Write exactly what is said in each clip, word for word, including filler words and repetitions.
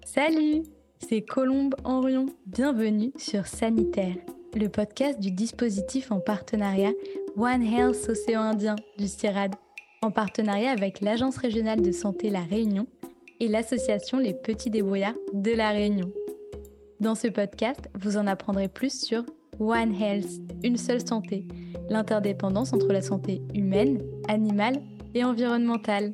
Salut, c'est Colombe Henrion. Bienvenue sur Sanitaire, le podcast du dispositif en partenariat One Health Océan Indien du CIRAD, en partenariat avec l'Agence régionale de santé La Réunion et l'association Les Petits Débrouillards de La Réunion. Dans ce podcast, vous en apprendrez plus sur One Health, une seule santé, l'interdépendance entre la santé humaine, animale et environnementale.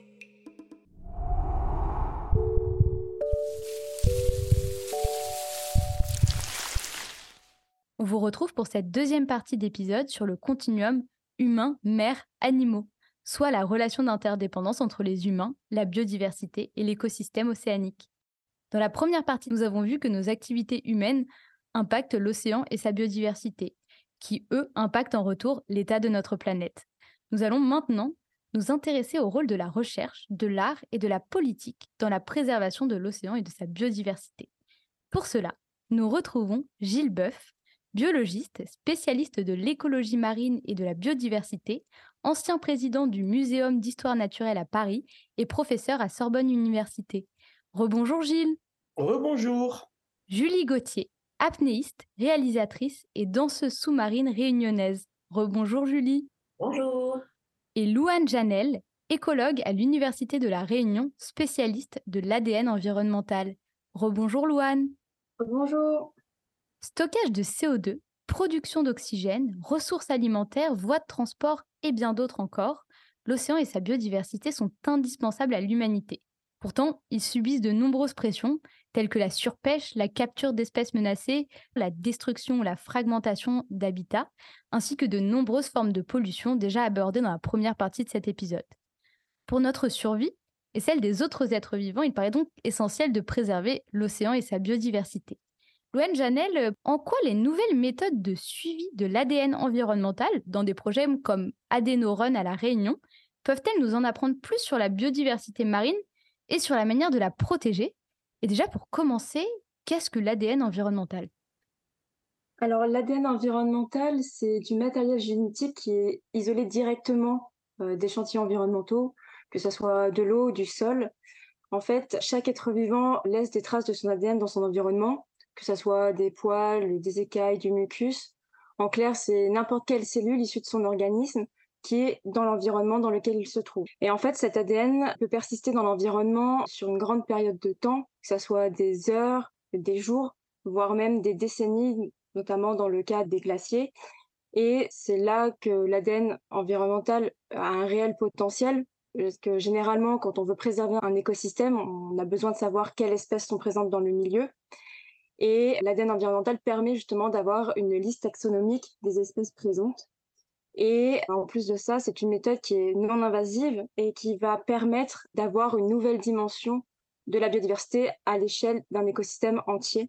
On vous retrouve pour cette deuxième partie d'épisode sur le continuum humain-mer-animaux, soit la relation d'interdépendance entre les humains, la biodiversité et l'écosystème océanique. Dans la première partie, nous avons vu que nos activités humaines impactent l'océan et sa biodiversité, qui, eux, impactent en retour l'état de notre planète. Nous allons maintenant nous intéresser au rôle de la recherche, de l'art et de la politique dans la préservation de l'océan et de sa biodiversité. Pour cela, nous retrouvons Gilles Boeuf, biologiste, spécialiste de l'écologie marine et de la biodiversité, ancien président du Muséum d'histoire naturelle à Paris et professeur à Sorbonne Université. Rebonjour Gilles. Rebonjour. Julie Gauthier, apnéiste, réalisatrice et danseuse sous-marine réunionnaise. Rebonjour Julie. Bonjour. Et Louane Janel, écologue à l'Université de La Réunion, spécialiste de l'A D N environnemental. Rebonjour Louane. Bonjour. Stockage de C O deux, production d'oxygène, ressources alimentaires, voies de transport et bien d'autres encore, l'océan et sa biodiversité sont indispensables à l'humanité. Pourtant, ils subissent de nombreuses pressions, telles que la surpêche, la capture d'espèces menacées, la destruction ou la fragmentation d'habitats, ainsi que de nombreuses formes de pollution déjà abordées dans la première partie de cet épisode. Pour notre survie et celle des autres êtres vivants, il paraît donc essentiel de préserver l'océan et sa biodiversité. Louane Janel, en quoi les nouvelles méthodes de suivi de l'A D N environnemental dans des projets comme AdenoRun à La Réunion peuvent-elles nous en apprendre plus sur la biodiversité marine et sur la manière de la protéger? Et déjà, pour commencer, qu'est-ce que l'A D N environnemental? Alors, l'A D N environnemental, c'est du matériel génétique qui est isolé directement euh, d'échantillons environnementaux, que ce soit de l'eau ou du sol. En fait, chaque être vivant laisse des traces de son A D N dans son environnement, que ce soit des poils, des écailles, du mucus. En clair, c'est n'importe quelle cellule issue de son organisme qui est dans l'environnement dans lequel il se trouve. Et en fait, cet A D N peut persister dans l'environnement sur une grande période de temps, que ce soit des heures, des jours, voire même des décennies, notamment dans le cas des glaciers. Et c'est là que l'A D N environnemental a un réel potentiel, parce que généralement, quand on veut préserver un écosystème, on a besoin de savoir quelles espèces sont présentes dans le milieu. Et l'A D N environnemental permet justement d'avoir une liste taxonomique des espèces présentes. Et en plus de ça, c'est une méthode qui est non invasive et qui va permettre d'avoir une nouvelle dimension de la biodiversité à l'échelle d'un écosystème entier.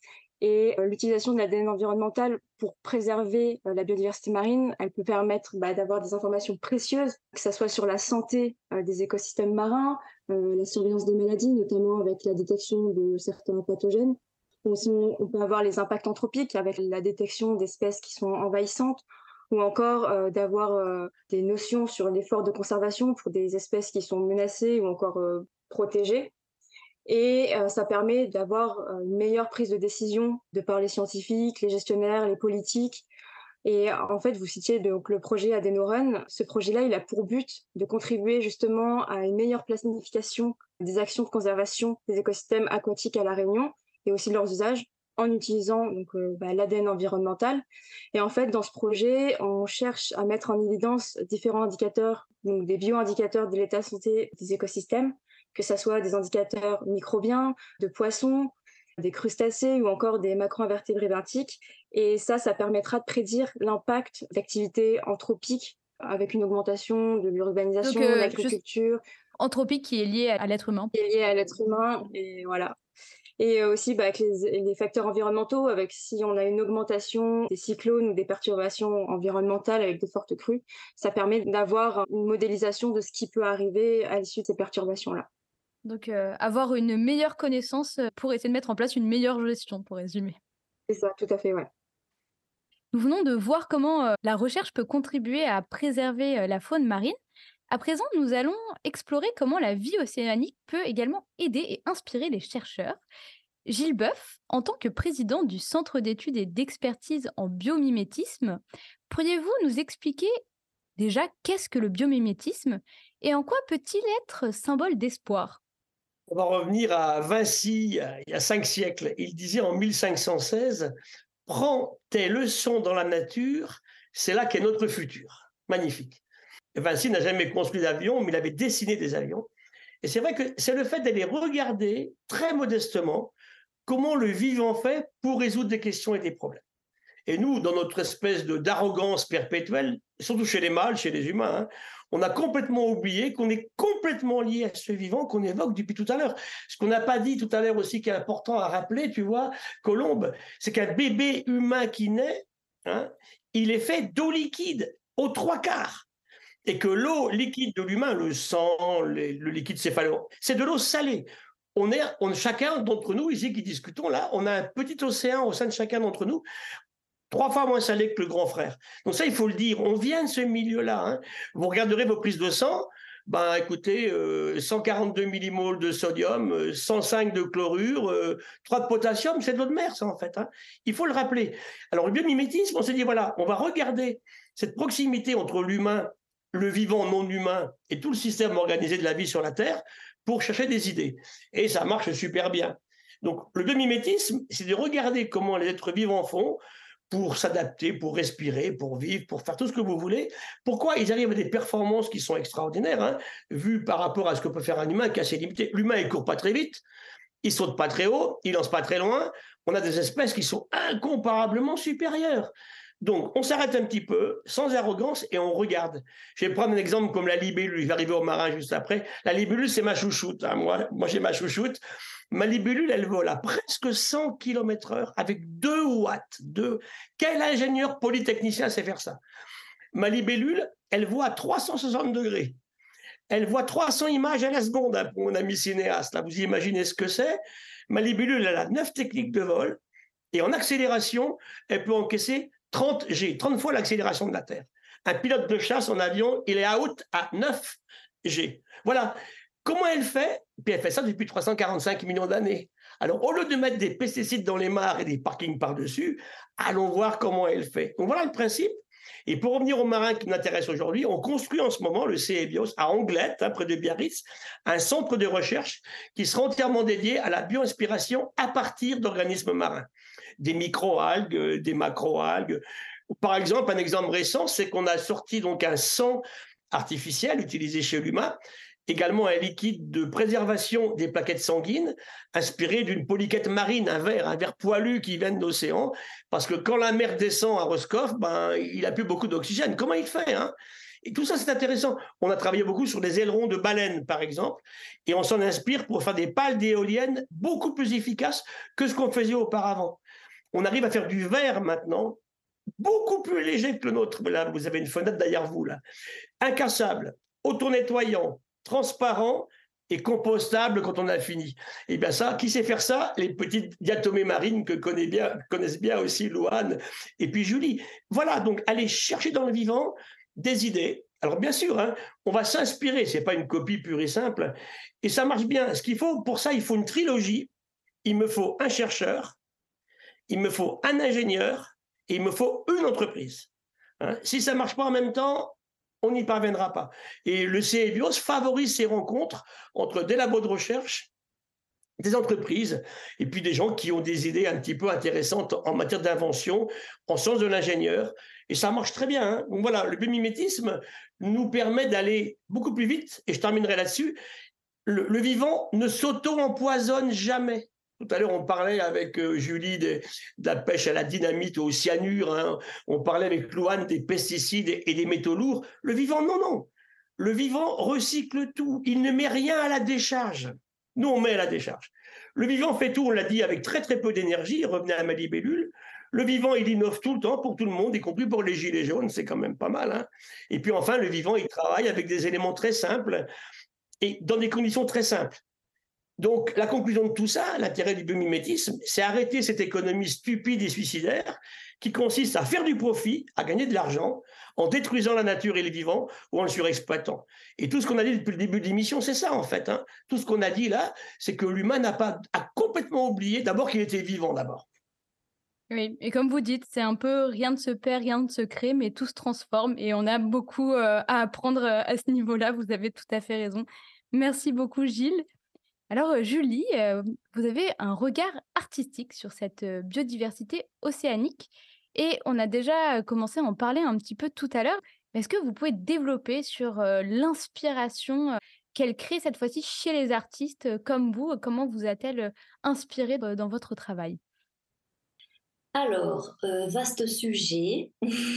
Et l'utilisation de l'A D N environnemental pour préserver la biodiversité marine, elle peut permettre bah, d'avoir des informations précieuses, que ce soit sur la santé euh, des écosystèmes marins, euh, la surveillance des maladies, notamment avec la détection de certains pathogènes. Aussi, on peut avoir les impacts anthropiques avec la détection d'espèces qui sont envahissantes, ou encore euh, d'avoir euh, des notions sur l'effort de conservation pour des espèces qui sont menacées ou encore euh, protégées. Et euh, ça permet d'avoir euh, une meilleure prise de décision de par les scientifiques, les gestionnaires, les politiques. Et en fait, vous citiez donc le projet AdenoRun. Ce projet-là, il a pour but de contribuer justement à une meilleure planification des actions de conservation des écosystèmes aquatiques à La Réunion et aussi de leurs usages en utilisant donc, euh, bah, l'A D N environnemental. Et en fait, dans ce projet, on cherche à mettre en évidence différents indicateurs, donc des bioindicateurs de l'état de santé des écosystèmes, que ce soit des indicateurs microbiens, de poissons, des crustacés ou encore des macro-invertébrés benthiques. Et ça, ça permettra de prédire l'impact d'activités anthropiques avec une augmentation de l'urbanisation, Donc, de euh, l'agriculture. Anthropique qui est lié à l'être humain. Qui est lié à l'être humain, et voilà. Et aussi bah, avec les, les facteurs environnementaux, avec si on a une augmentation des cyclones ou des perturbations environnementales avec de fortes crues, ça permet d'avoir une modélisation de ce qui peut arriver à l'issue de ces perturbations-là. Donc, euh, avoir une meilleure connaissance pour essayer de mettre en place une meilleure gestion, pour résumer. C'est ça, tout à fait, ouais. Nous venons de voir comment euh, la recherche peut contribuer à préserver euh, la faune marine. À présent, nous allons explorer comment la vie océanique peut également aider et inspirer les chercheurs. Gilles Boeuf, en tant que président du Centre d'études et d'expertise en biomimétisme, pourriez-vous nous expliquer déjà qu'est-ce que le biomimétisme et en quoi peut-il être symbole d'espoir? On va revenir à Vinci, il y a il y a cinq siècles. Il disait en mille cinq cent seize: «Prends tes leçons dans la nature, c'est là qu'est notre futur». Magnifique. Vinci n'a jamais construit d'avion, mais il avait dessiné des avions. Et c'est vrai que c'est le fait d'aller regarder très modestement comment le vivant fait pour résoudre des questions et des problèmes. Et nous, dans notre espèce de d'arrogance perpétuelle, surtout chez les mâles, chez les humains, hein, on a complètement oublié qu'on est complètement lié à ce vivant qu'on évoque depuis tout à l'heure. Ce qu'on n'a pas dit tout à l'heure aussi, qui est important à rappeler, tu vois, Colombe, c'est qu'un bébé humain qui naît, hein, il est fait d'eau liquide aux trois quarts. Et que l'eau liquide de l'humain, le sang, les- le liquide céphalo, c'est de l'eau salée. On est, on, chacun d'entre nous, ici qui discutons là, on a un petit océan au sein de chacun d'entre nous, trois fois moins salé que le grand frère. Donc ça, il faut le dire. On vient de ce milieu-là, hein. Vous regarderez vos prises de sang, ben écoutez, euh, cent quarante-deux millimoles de sodium, euh, cent cinq de chlorure, euh, trois de potassium, c'est de l'eau de mer, ça, en fait, hein. Il faut le rappeler. Alors, le biomimétisme, on s'est dit, voilà, on va regarder cette proximité entre l'humain, le vivant non humain et tout le système organisé de la vie sur la Terre pour chercher des idées. Et ça marche super bien. Donc, le biomimétisme, c'est de regarder comment les êtres vivants font pour s'adapter, pour respirer, pour vivre, pour faire tout ce que vous voulez. Pourquoi ils arrivent à des performances qui sont extraordinaires, hein, vu par rapport à ce que peut faire un humain qui est assez limité. L'humain, il court pas très vite, il saute pas très haut, il lance pas très loin. On a des espèces qui sont incomparablement supérieures. Donc, on s'arrête un petit peu, sans arrogance, et on regarde. Je vais prendre un exemple comme la libellule. Je vais arriver au marin juste après. La libellule, c'est ma chouchoute, hein. Moi, moi j'ai ma chouchoute. Ma libellule, elle vole à presque cent kilomètres heure avec deux watts. Deux. Quel ingénieur polytechnicien sait faire ça? Ma libellule, elle voit à trois cent soixante degrés. Elle voit trois cents images à la seconde, hein, pour mon ami cinéaste. Là, vous imaginez ce que c'est? Ma libellule, elle a neuf techniques de vol. Et en accélération, elle peut encaisser trente G, trente fois l'accélération de la Terre. Un pilote de chasse en avion, il est out à neuf G. Voilà. Comment elle fait? Puis elle fait ça depuis trois cent quarante-cinq millions d'années. Alors, au lieu de mettre des pesticides dans les mares et des parkings par-dessus, allons voir comment elle fait. Donc voilà le principe. Et pour revenir aux marins qui nous intéressent aujourd'hui, on construit en ce moment le CEBIOS à Anglette, hein, près de Biarritz, un centre de recherche qui sera entièrement dédié à la bioinspiration à partir d'organismes marins. Des microalgues, des macroalgues. Par exemple, un exemple récent, c'est qu'on a sorti donc un sang artificiel utilisé chez l'humain, également un liquide de préservation des plaquettes sanguines, inspiré d'une polychète marine, un ver, un ver poilu qui vient de l'océan, parce que quand la mer descend à Roscoff, ben, il n'a plus beaucoup d'oxygène. Comment il fait, hein? Et tout ça, c'est intéressant. On a travaillé beaucoup sur les ailerons de baleines, par exemple, et on s'en inspire pour faire des pales d'éoliennes beaucoup plus efficaces que ce qu'on faisait auparavant. On arrive à faire du verre maintenant, beaucoup plus léger que le nôtre. Là, vous avez une fenêtre derrière vous, là. Incassable, auto-nettoyant, transparent et compostable quand on a fini. Et bien ça, qui sait faire ça? Les petites diatomées marines que connaît bien, connaissent bien aussi Louane et puis Julie. Voilà, donc aller chercher dans le vivant des idées. Alors bien sûr, hein, on va s'inspirer, c'est pas une copie pure et simple, et ça marche bien. Ce qu'il faut, pour ça, il faut une trilogie. Il me faut un chercheur, il me faut un ingénieur et il me faut une entreprise. Hein, si ça ne marche pas en même temps, on n'y parviendra pas. Et le CEBIOS favorise ces rencontres entre des labos de recherche, des entreprises, et puis des gens qui ont des idées un petit peu intéressantes en matière d'invention, en sens de l'ingénieur. Et ça marche très bien, hein. Donc voilà, le biomimétisme nous permet d'aller beaucoup plus vite, et je terminerai là-dessus. Le, le vivant ne s'auto-empoisonne jamais. Tout à l'heure, on parlait avec euh, Julie de, de la pêche à la dynamite ou au cyanure, hein. On parlait avec Louane des pesticides et, et des métaux lourds. Le vivant, non, non. Le vivant recycle tout. Il ne met rien à la décharge. Nous, on met à la décharge. Le vivant fait tout, on l'a dit, avec très très peu d'énergie. Revenez à ma libellule. Le vivant, il innove tout le temps pour tout le monde, y compris pour les gilets jaunes. C'est quand même pas mal, hein. Et puis enfin, le vivant, il travaille avec des éléments très simples et dans des conditions très simples. Donc, la conclusion de tout ça, l'intérêt du biomimétisme, c'est arrêter cette économie stupide et suicidaire qui consiste à faire du profit, à gagner de l'argent, en détruisant la nature et les vivants ou en le surexploitant. Et tout ce qu'on a dit depuis le début de l'émission, c'est ça en fait. Hein. Tout ce qu'on a dit là, c'est que l'humain n'a pas, a complètement oublié d'abord qu'il était vivant d'abord. Oui, et comme vous dites, c'est un peu rien ne se perd, rien ne se crée, mais tout se transforme et on a beaucoup euh, à apprendre euh, à ce niveau-là. Vous avez tout à fait raison. Merci beaucoup, Gilles. Alors, euh, Julie, euh, vous avez un regard artistique sur cette euh, biodiversité océanique et on a déjà euh, commencé à en parler un petit peu tout à l'heure. Est-ce que vous pouvez développer sur euh, l'inspiration euh, qu'elle crée cette fois-ci chez les artistes euh, comme vous? Comment vous a-t-elle euh, inspiré euh, dans votre travail? Alors, euh, vaste sujet,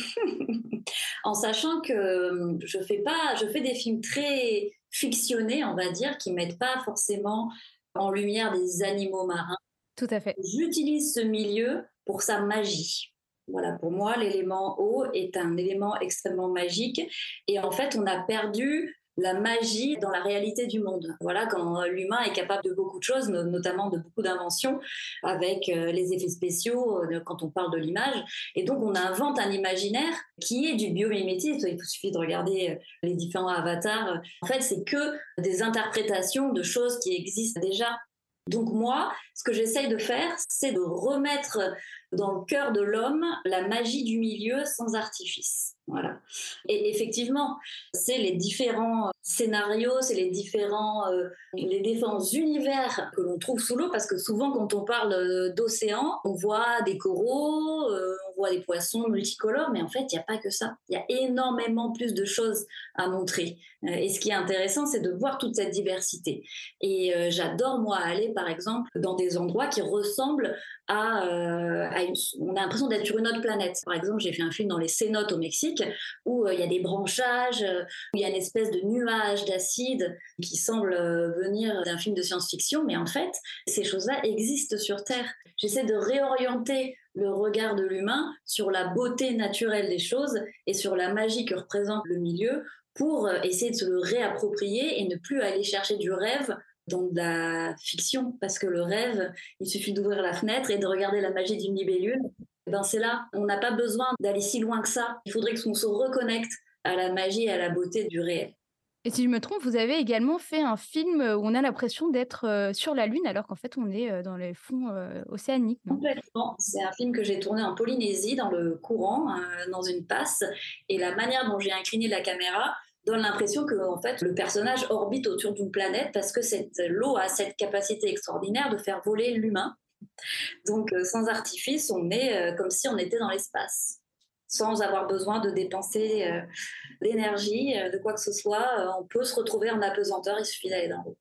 en sachant que euh, je fais pas, je fais des films très fictionnés, on va dire, qui mettent pas forcément en lumière des animaux marins. Tout à fait. J'utilise ce milieu pour sa magie. Voilà, pour moi, l'élément eau est un élément extrêmement magique. Et en fait, on a perdu la magie dans la réalité du monde. Voilà, quand l'humain est capable de beaucoup de choses, notamment de beaucoup d'inventions, avec euh, les effets spéciaux, euh, quand on parle de l'image. Et donc, on invente un imaginaire qui est du biomimétisme. Il suffit de regarder les différents avatars. En fait, c'est que des interprétations de choses qui existent déjà. Donc moi, ce que j'essaye de faire, c'est de remettre dans le cœur de l'homme la magie du milieu sans artifice. Voilà. Et effectivement, c'est les différents scénarios, c'est les différents, euh, les différents univers que l'on trouve sous l'eau, parce que souvent, quand on parle d'océan, on voit des coraux, euh, on voit des poissons multicolores, mais en fait, il n'y a pas que ça. Il y a énormément plus de choses à montrer. Et ce qui est intéressant, c'est de voir toute cette diversité. Et euh, j'adore, moi, aller, par exemple, dans des endroits qui ressemblent à, euh, à une, on a l'impression d'être sur une autre planète. Par exemple, j'ai fait un film dans les cénotes au Mexique où euh, il y a des branchages, euh, où il y a une espèce de nuage d'acide qui semble euh, venir d'un film de science-fiction, mais en fait, ces choses-là existent sur Terre. J'essaie de réorienter le regard de l'humain sur la beauté naturelle des choses et sur la magie que représente le milieu pour euh, essayer de se le réapproprier et ne plus aller chercher du rêve dans de la fiction, parce que le rêve, il suffit d'ouvrir la fenêtre et de regarder la magie d'une libellule. Et ben c'est là, on n'a pas besoin d'aller si loin que ça. Il faudrait qu'on se reconnecte à la magie et à la beauté du réel. Et si je me trompe, vous avez également fait un film où on a l'impression d'être euh, sur la Lune alors qu'en fait on est euh, dans les fonds euh, océaniques, non? Complètement. C'est un film que j'ai tourné en Polynésie, dans le courant, euh, dans une passe. Et la manière dont j'ai incliné la caméra donne l'impression que en fait, le personnage orbite autour d'une planète parce que cette, l'eau a cette capacité extraordinaire de faire voler l'humain. Donc, euh, sans artifice, on est euh, comme si on était dans l'espace, sans avoir besoin de dépenser euh, d'énergie, euh, de quoi que ce soit. Euh, on peut se retrouver en apesanteur, il suffit d'aller dans l'eau.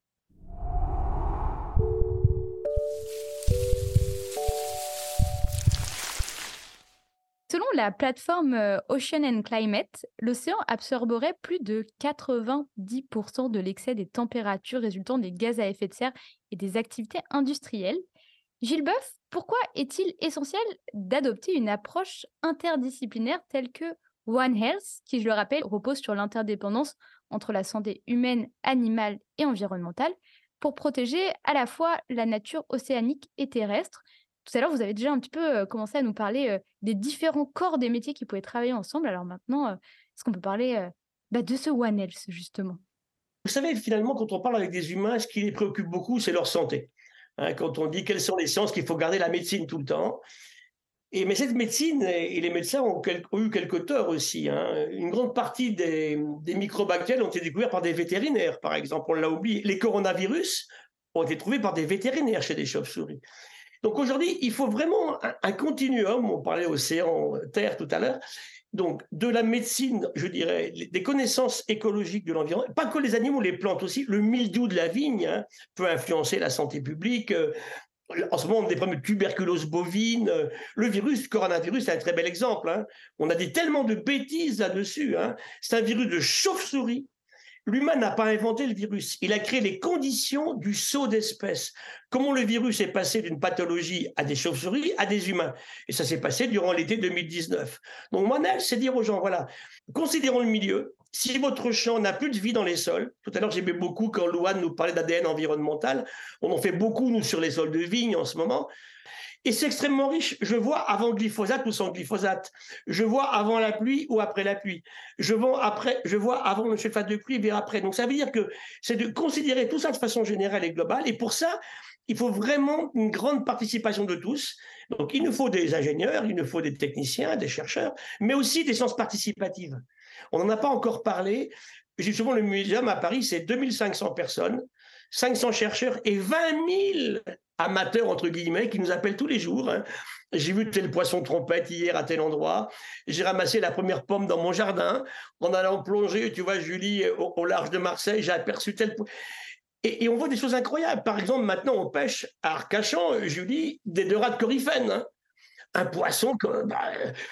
Selon la plateforme euh, Ocean and Climate, l'océan absorberait plus de quatre-vingt-dix pour cent de l'excès des températures résultant des gaz à effet de serre et des activités industrielles. Gilles Boeuf, pourquoi est-il essentiel d'adopter une approche interdisciplinaire telle que One Health, qui, je le rappelle, repose sur l'interdépendance entre la santé humaine, animale et environnementale, pour protéger à la fois la nature océanique et terrestre? Tout à l'heure, vous avez déjà un petit peu euh, commencé à nous parler euh, des différents corps des métiers qui pouvaient travailler ensemble. Alors maintenant, euh, est-ce qu'on peut parler euh, bah, de ce One Health, justement? Vous savez, finalement, quand on parle avec des humains, ce qui les préoccupe beaucoup, c'est leur santé. Hein, quand on dit quelles sont les sciences, qu'il faut garder la médecine tout le temps. Et, mais cette médecine, et les médecins ont, quel, ont eu quelques torts aussi. Hein. Une grande partie des, des microbactéries ont été découvertes par des vétérinaires, par exemple. On l'a oublié. Les coronavirus ont été trouvés par des vétérinaires chez des chauves-souris. Donc aujourd'hui, il faut vraiment un, un continuum. On parlait océan, terre tout à l'heure. Donc, de la médecine, je dirais, des connaissances écologiques de l'environnement, pas que les animaux, les plantes aussi. Le mildiou de la vigne hein, peut influencer la santé publique. En ce moment, on a des problèmes de tuberculose bovine. Le virus, le coronavirus, c'est un très bel exemple. Hein. On a dit tellement de bêtises là-dessus. Hein. C'est un virus de chauve-souris. L'humain n'a pas inventé le virus, il a créé les conditions du saut d'espèce. Comment le virus est passé d'une pathologie à des chauves-souris à des humains. Et ça s'est passé durant l'été deux mille dix-neuf. Donc mon aide, c'est dire aux gens, voilà, considérons le milieu. Si votre champ n'a plus de vie dans les sols, tout à l'heure j'aimais beaucoup quand Louane nous parlait d'A D N environnemental, on en fait beaucoup nous sur les sols de vigne en ce moment, et c'est extrêmement riche. Je vois avant glyphosate ou sans glyphosate. Je vois avant la pluie ou après la pluie. Je vois, après, je vois avant le sulfate de cuivre et après. Donc ça veut dire que c'est de considérer tout ça de façon générale et globale. Et pour ça, il faut vraiment une grande participation de tous. Donc il nous faut des ingénieurs, il nous faut des techniciens, des chercheurs, mais aussi des sciences participatives. On n'en a pas encore parlé. Justement, le muséum à Paris, c'est deux mille cinq cents personnes, cinq cents chercheurs et vingt mille amateurs, entre guillemets, qui nous appellent tous les jours. Hein. J'ai vu tel poisson trompette hier à tel endroit. J'ai ramassé la première pomme dans mon jardin. En allant plonger, tu vois, Julie, au, au large de Marseille, j'ai aperçu tel... Et, et on voit des choses incroyables. Par exemple, maintenant, on pêche à Arcachon, Julie, des dorades coryphènes. Hein. Un poisson que... Bah,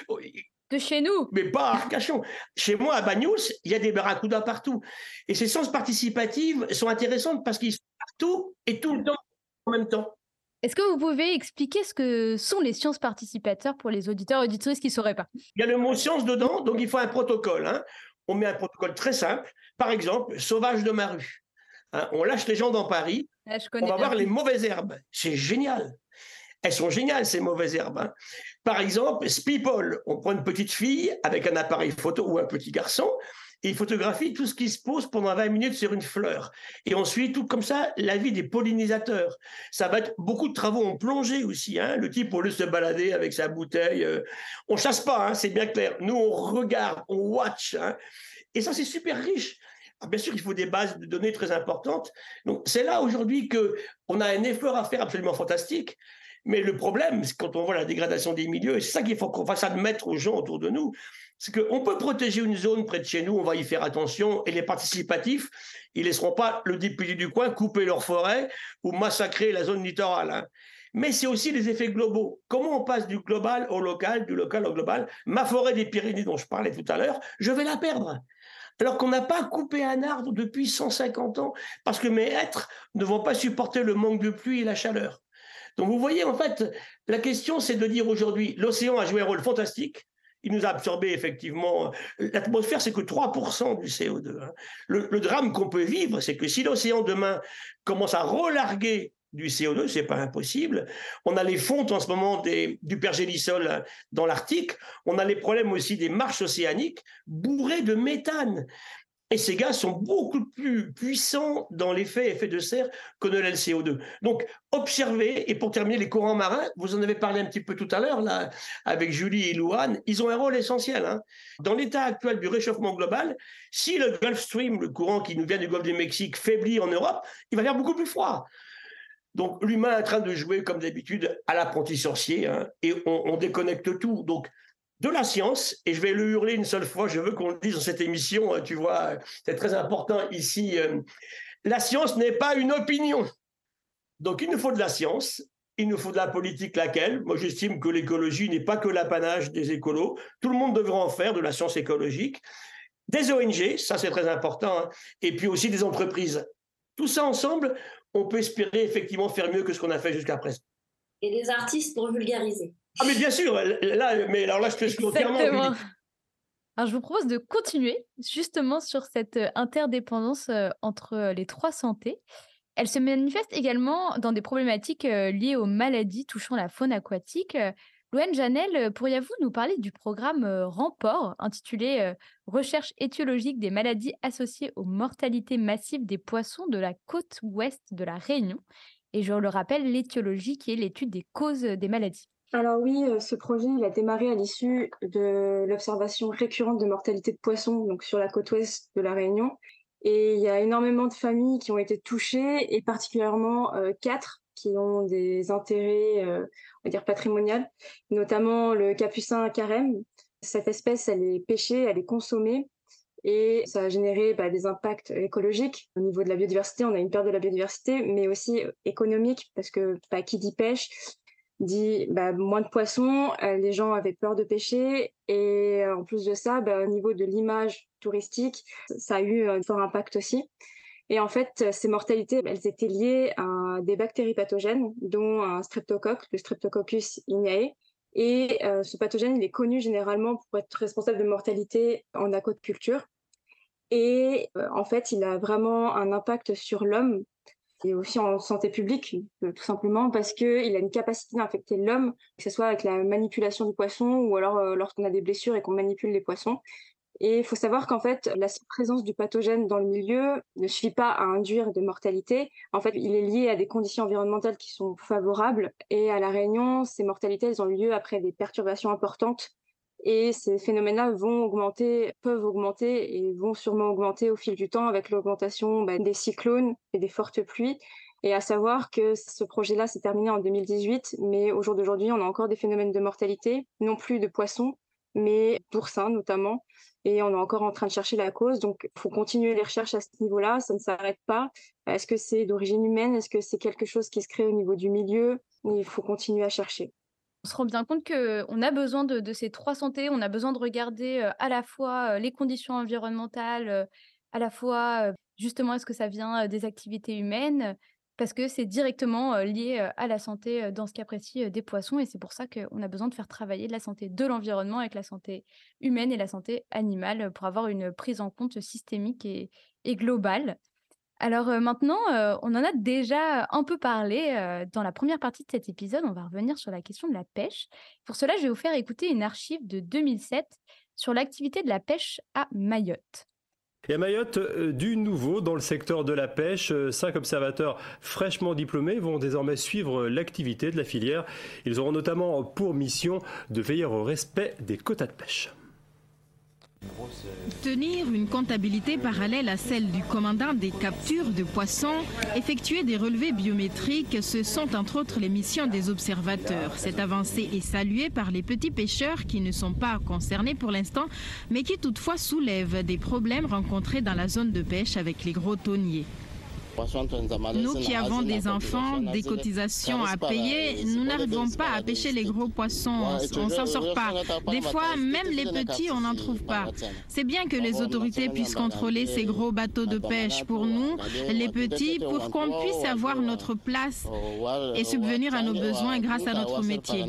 de chez nous. Mais pas à Arcachon. Chez moi, à Bagnous, il y a des barracudas partout. Et ces sciences participatives sont intéressantes parce qu'ils sont partout et tout le temps, en même temps. Est-ce que vous pouvez expliquer ce que sont les sciences participateurs pour les auditeurs et auditrices qui ne sauraient pas? Il y a le mot science dedans, donc il faut un protocole. Hein. On met un protocole très simple. Par exemple, sauvage de ma rue. Hein, on lâche les gens dans Paris, ah, je on va bien. voir les mauvaises herbes. C'est génial. Elles sont géniales, ces mauvaises herbes. Hein. Par exemple, Speeple, on prend une petite fille avec un appareil photo ou un petit garçon, et il photographie tout ce qui se pose pendant vingt minutes sur une fleur. Et on suit tout comme ça la vie des pollinisateurs. Ça va être beaucoup de travaux en plongée aussi. Hein. Le type, au lieu de se balader avec sa bouteille, euh, on ne chasse pas, hein, c'est bien clair. Nous, on regarde, on watch. Hein. Et ça, c'est super riche. Alors, bien sûr, il faut des bases de données très importantes. Donc, c'est là aujourd'hui qu'on a un effort à faire absolument fantastique. Mais le problème, c'est quand on voit la dégradation des milieux, et c'est ça qu'il faut qu'on fasse admettre aux gens autour de nous, c'est qu'on peut protéger une zone près de chez nous, on va y faire attention, et les participatifs, ils ne laisseront pas le député du coin couper leur forêt ou massacrer la zone littorale. Hein. Mais c'est aussi les effets globaux. Comment on passe du global au local, du local au global? Ma forêt des Pyrénées dont je parlais tout à l'heure, je vais la perdre. Alors qu'on n'a pas coupé un arbre depuis cent cinquante ans, parce que mes hêtres ne vont pas supporter le manque de pluie et la chaleur. Donc vous voyez, en fait, la question, c'est de dire aujourd'hui, l'océan a joué un rôle fantastique. Il nous a absorbé effectivement. L'atmosphère, c'est que trois pour cent du C O deux. Hein. Le, le drame qu'on peut vivre, c'est que si l'océan demain commence à relarguer du C O deux, c'est pas impossible. On a les fontes en ce moment des, du pergélisol dans l'Arctique. On a les problèmes aussi des marches océaniques bourrées de méthane. Et ces gaz sont beaucoup plus puissants dans l'effet effet de serre que ne l'est le C O deux. Donc, observez, et pour terminer, les courants marins, vous en avez parlé un petit peu tout à l'heure, là, avec Julie et Louane, ils ont un rôle essentiel. Hein. Dans l'état actuel du réchauffement global, si le Gulf Stream, le courant qui nous vient du Golfe du Mexique, faiblit en Europe, il va faire beaucoup plus froid. Donc, l'humain est en train de jouer, comme d'habitude, à l'apprenti sorcier, hein, et on, on déconnecte tout. Donc, de la science, et je vais le hurler une seule fois, je veux qu'on le dise dans cette émission, tu vois, c'est très important ici, euh, la science n'est pas une opinion. Donc il nous faut de la science, il nous faut de la politique, laquelle, moi j'estime que l'écologie n'est pas que l'apanage des écolos, tout le monde devrait en faire, de la science écologique, des O N G, ça c'est très important, hein, et puis aussi des entreprises. Tout ça ensemble, on peut espérer effectivement faire mieux que ce qu'on a fait jusqu'à présent. Et des artistes pour vulgariser. Ah mais bien sûr, là, mais alors là je te suis entièrement. Alors je vous propose de continuer justement sur cette interdépendance entre les trois santé. Elle se manifeste également dans des problématiques liées aux maladies touchant la faune aquatique. Louane Janel, pourriez-vous nous parler du programme Remport, intitulé « Recherche étiologique des maladies associées aux mortalités massives des poissons de la côte ouest de la Réunion ». Et je le rappelle, l'étiologie qui est l'étude des causes des maladies. Alors oui, ce projet il a démarré à l'issue de l'observation récurrente de mortalité de poissons donc sur la côte ouest de la Réunion. Et il y a énormément de familles qui ont été touchées, et particulièrement euh, quatre qui ont des intérêts, euh, on va dire patrimoniaux, notamment le capucin carême. Cette espèce, elle est pêchée, elle est consommée, et ça a généré bah, des impacts écologiques. Au niveau de la biodiversité, on a une perte de la biodiversité, mais aussi économique, parce que bah, qui dit pêche dit bah, moins de poissons, euh, les gens avaient peur de pêcher et euh, en plus de ça, bah, au niveau de l'image touristique, ça a eu un fort impact aussi. Et en fait, ces mortalités, elles étaient liées à des bactéries pathogènes, dont un streptocoque, le Streptococcus ignae. Et euh, ce pathogène, il est connu généralement pour être responsable de mortalité en aquaculture. Et euh, en fait, il a vraiment un impact sur l'homme et aussi en santé publique, euh, tout simplement parce qu'il a une capacité d'infecter l'homme, que ce soit avec la manipulation du poisson ou alors euh, lorsqu'on a des blessures et qu'on manipule les poissons. Et il faut savoir qu'en fait, la seule présence du pathogène dans le milieu ne suffit pas à induire de mortalité. En fait, il est lié à des conditions environnementales qui sont favorables. Et à La Réunion, ces mortalités, elles ont lieu après des perturbations importantes. Et ces phénomènes-là vont augmenter, peuvent augmenter et vont sûrement augmenter au fil du temps avec l'augmentation bah, des cyclones et des fortes pluies. Et à savoir que ce projet-là s'est terminé en deux mille dix-huit, mais au jour d'aujourd'hui, on a encore des phénomènes de mortalité, non plus de poissons, mais d'oursins notamment. Et on est encore en train de chercher la cause. Donc, il faut continuer les recherches à ce niveau-là. Ça ne s'arrête pas. Est-ce que c'est d'origine humaine? Est-ce que c'est quelque chose qui se crée au niveau du milieu? Il faut continuer à chercher. On se rend bien compte qu'on a besoin de, de ces trois santé. On a besoin de regarder euh, à la fois euh, les conditions environnementales, euh, à la fois euh, justement est-ce que ça vient euh, des activités humaines, parce que c'est directement euh, lié euh, à la santé, euh, dans ce cas précis, euh, des poissons. Et c'est pour ça qu'on a besoin de faire travailler la santé de l'environnement avec la santé humaine et la santé animale euh, pour avoir une prise en compte systémique et, et globale. Alors euh, maintenant, euh, on en a déjà un peu parlé euh, dans la première partie de cet épisode. On va revenir sur la question de la pêche. Pour cela, je vais vous faire écouter une archive de deux mille sept sur l'activité de la pêche à Mayotte. Et à Mayotte, euh, du nouveau dans le secteur de la pêche. Euh, cinq observateurs fraîchement diplômés vont désormais suivre l'activité de la filière. Ils auront notamment pour mission de veiller au respect des quotas de pêche. Tenir une comptabilité parallèle à celle du commandant des captures de poissons, effectuer des relevés biométriques, ce sont entre autres les missions des observateurs. Cette avancée est saluée par les petits pêcheurs qui ne sont pas concernés pour l'instant, mais qui toutefois soulèvent des problèmes rencontrés dans la zone de pêche avec les gros thoniers. Nous qui avons des enfants, des cotisations à payer, nous n'arrivons pas à pêcher les gros poissons, on ne s'en sort pas. Des fois, même les petits, on n'en trouve pas. C'est bien que les autorités puissent contrôler ces gros bateaux de pêche pour nous, les petits, pour qu'on puisse avoir notre place et subvenir à nos besoins grâce à notre métier.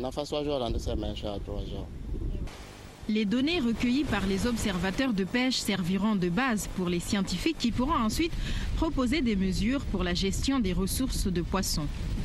Les données recueillies par les observateurs de pêche serviront de base pour les scientifiques qui pourront ensuite proposer des mesures pour la gestion des ressources de poissons.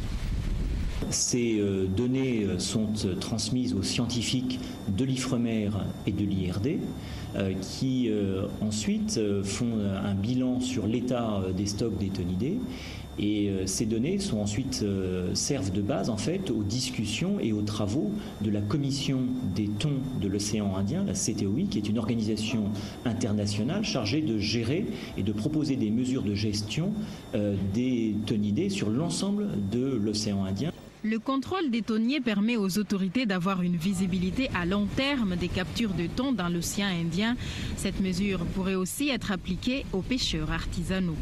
Ces données sont transmises aux scientifiques de l'Ifremer et de l'I R D qui ensuite font un bilan sur l'état des stocks des thonidés. Et ces données sont ensuite euh, servent de base en fait aux discussions et aux travaux de la Commission des thons de l'océan Indien, la C T O I, qui est une organisation internationale chargée de gérer et de proposer des mesures de gestion euh, des thonidés sur l'ensemble de l'océan Indien. Le contrôle des thoniers permet aux autorités d'avoir une visibilité à long terme des captures de thon dans l'océan Indien. Cette mesure pourrait aussi être appliquée aux pêcheurs artisanaux.